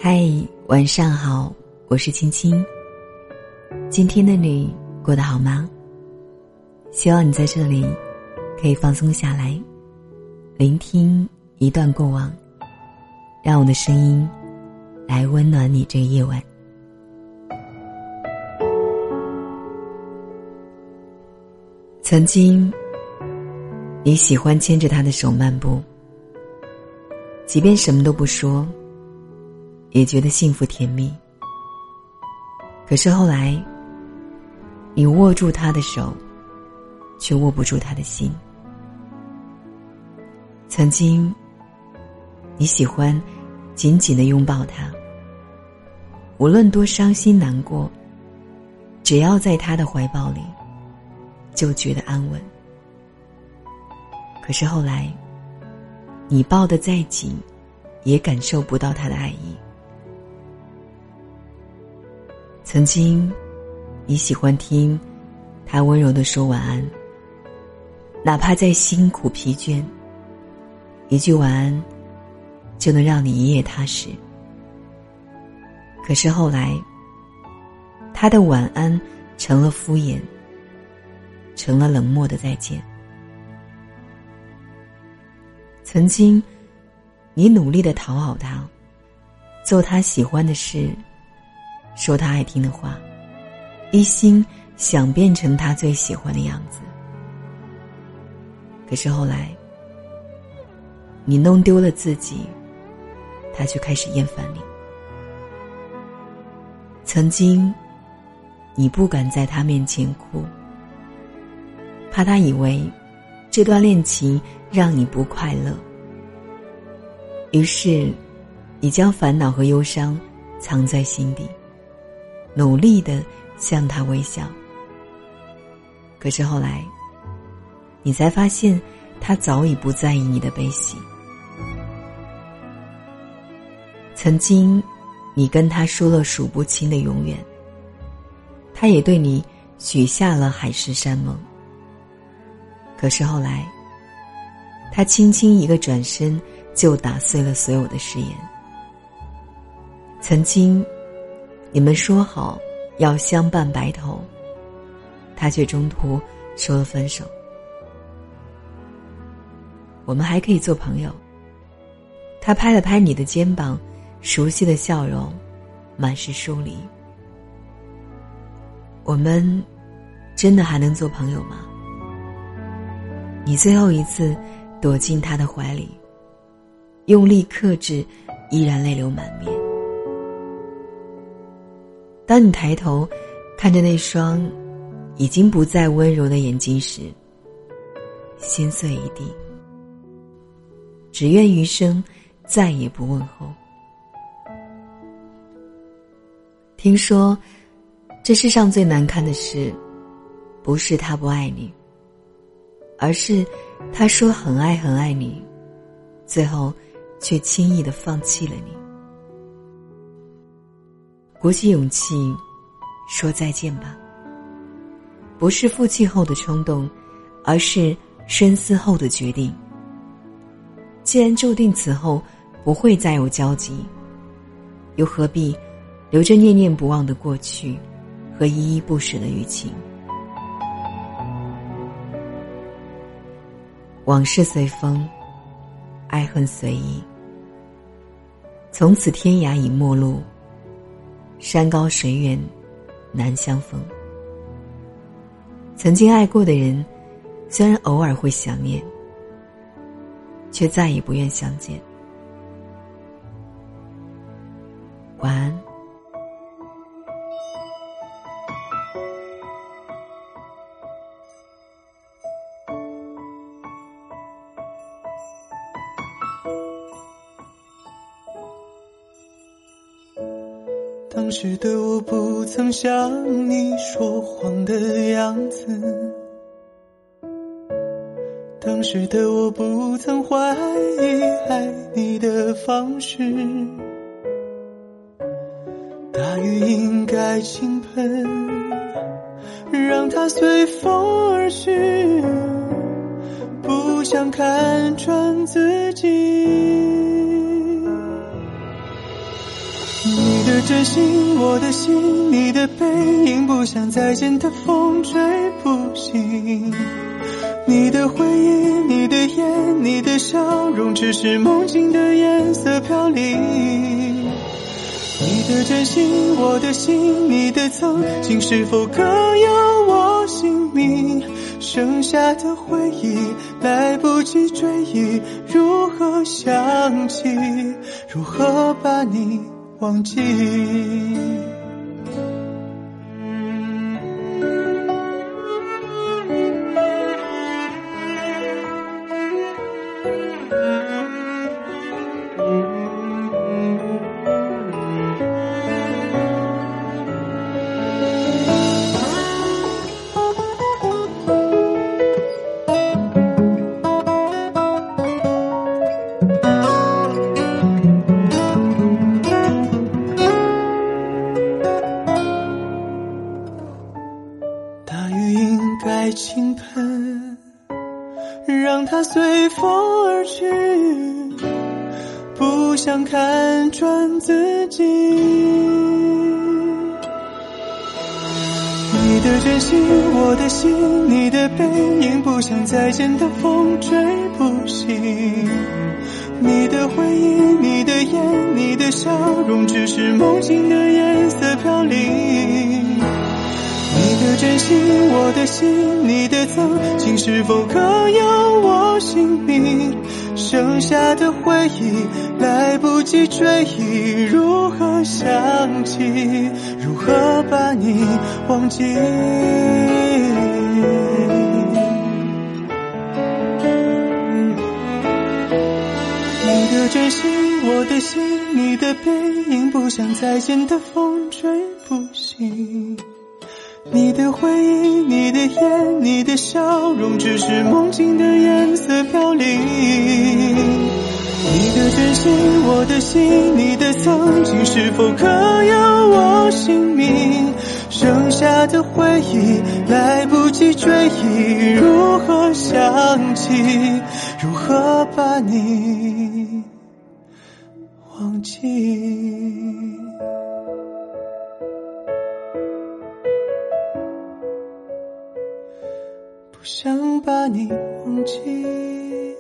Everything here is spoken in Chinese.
嗨，晚上好，我是青青。今天的你过得好吗？希望你在这里可以放松下来，聆听一段过往，让我的声音来温暖你这个夜晚。曾经你喜欢牵着他的手漫步，即便什么都不说，也觉得幸福甜蜜。可是后来你握住他的手，却握不住他的心。曾经你喜欢紧紧地拥抱他，无论多伤心难过，只要在他的怀抱里就觉得安稳。可是后来你抱得再紧，也感受不到他的爱意。曾经你喜欢听他温柔地说晚安，哪怕再辛苦疲倦，一句晚安就能让你一夜踏实。可是后来他的晚安成了敷衍，成了冷漠的再见。曾经你努力地讨好他，做他喜欢的事，说他爱听的话，一心想变成他最喜欢的样子。可是后来你弄丢了自己，他却开始厌烦你。曾经你不敢在他面前哭，怕他以为这段恋情让你不快乐，于是你将烦恼和忧伤藏在心底，努力地向他微笑。可是后来你才发现他早已不在意你的悲喜。曾经你跟他说了数不清的永远，他也对你许下了海誓山盟。可是后来他轻轻一个转身，就打碎了所有的誓言。曾经你们说好要相伴白头，他却中途说了分手。我们还可以做朋友。他拍了拍你的肩膀，熟悉的笑容满是疏离。我们真的还能做朋友吗？你最后一次躲进他的怀里，用力克制，依然泪流满面。当你抬头看着那双已经不再温柔的眼睛时，心碎一地，只愿余生再也不问候。听说这世上最难堪的事，不是他不爱你，而是他说很爱很爱你，最后却轻易地放弃了你。鼓起勇气说再见吧，不是负气后的冲动，而是深思后的决定。既然注定此后不会再有交集，又何必留着念念不忘的过去和依依不舍的余情。往事随风，爱恨随意，从此天涯已陌路，山高水远难相逢。曾经爱过的人，虽然偶尔会想念，却再也不愿相见。晚安。 当时的我不曾像你说谎的样子，当时的我不曾怀疑爱你的方式，大雨应该倾盆，让它随风而去，不想看穿自己。 的真心，我的心，你的背影，不想再见的风吹不醒。你的回忆，你的眼，你的笑容，只是梦境的颜色飘零。你的真心，我的心，你的曾经，是否可有我姓名？剩下的回忆来不及追忆，如何想起，如何把你忘记？大雨应该倾盆，让它随风而去，不想看穿自己。你的真心，我的心，你的背影，不想再见的风吹不醒。你的回忆，你的眼，你的笑容，只是梦境的颜色飘零。你的真心，我的心，你的曾经，是否可有我姓名？剩下的回忆来不及追忆，如何想起，如何把你忘记？你的真心，我的心，你的背影，不想再见的风吹不醒。你的回忆，你的眼，你的笑容，只是梦境的颜色飘零。你的真心，我的心，你的曾经，是否可有我姓名？剩下的回忆来不及追忆，如何想起，如何把你忘记？不想把你忘记。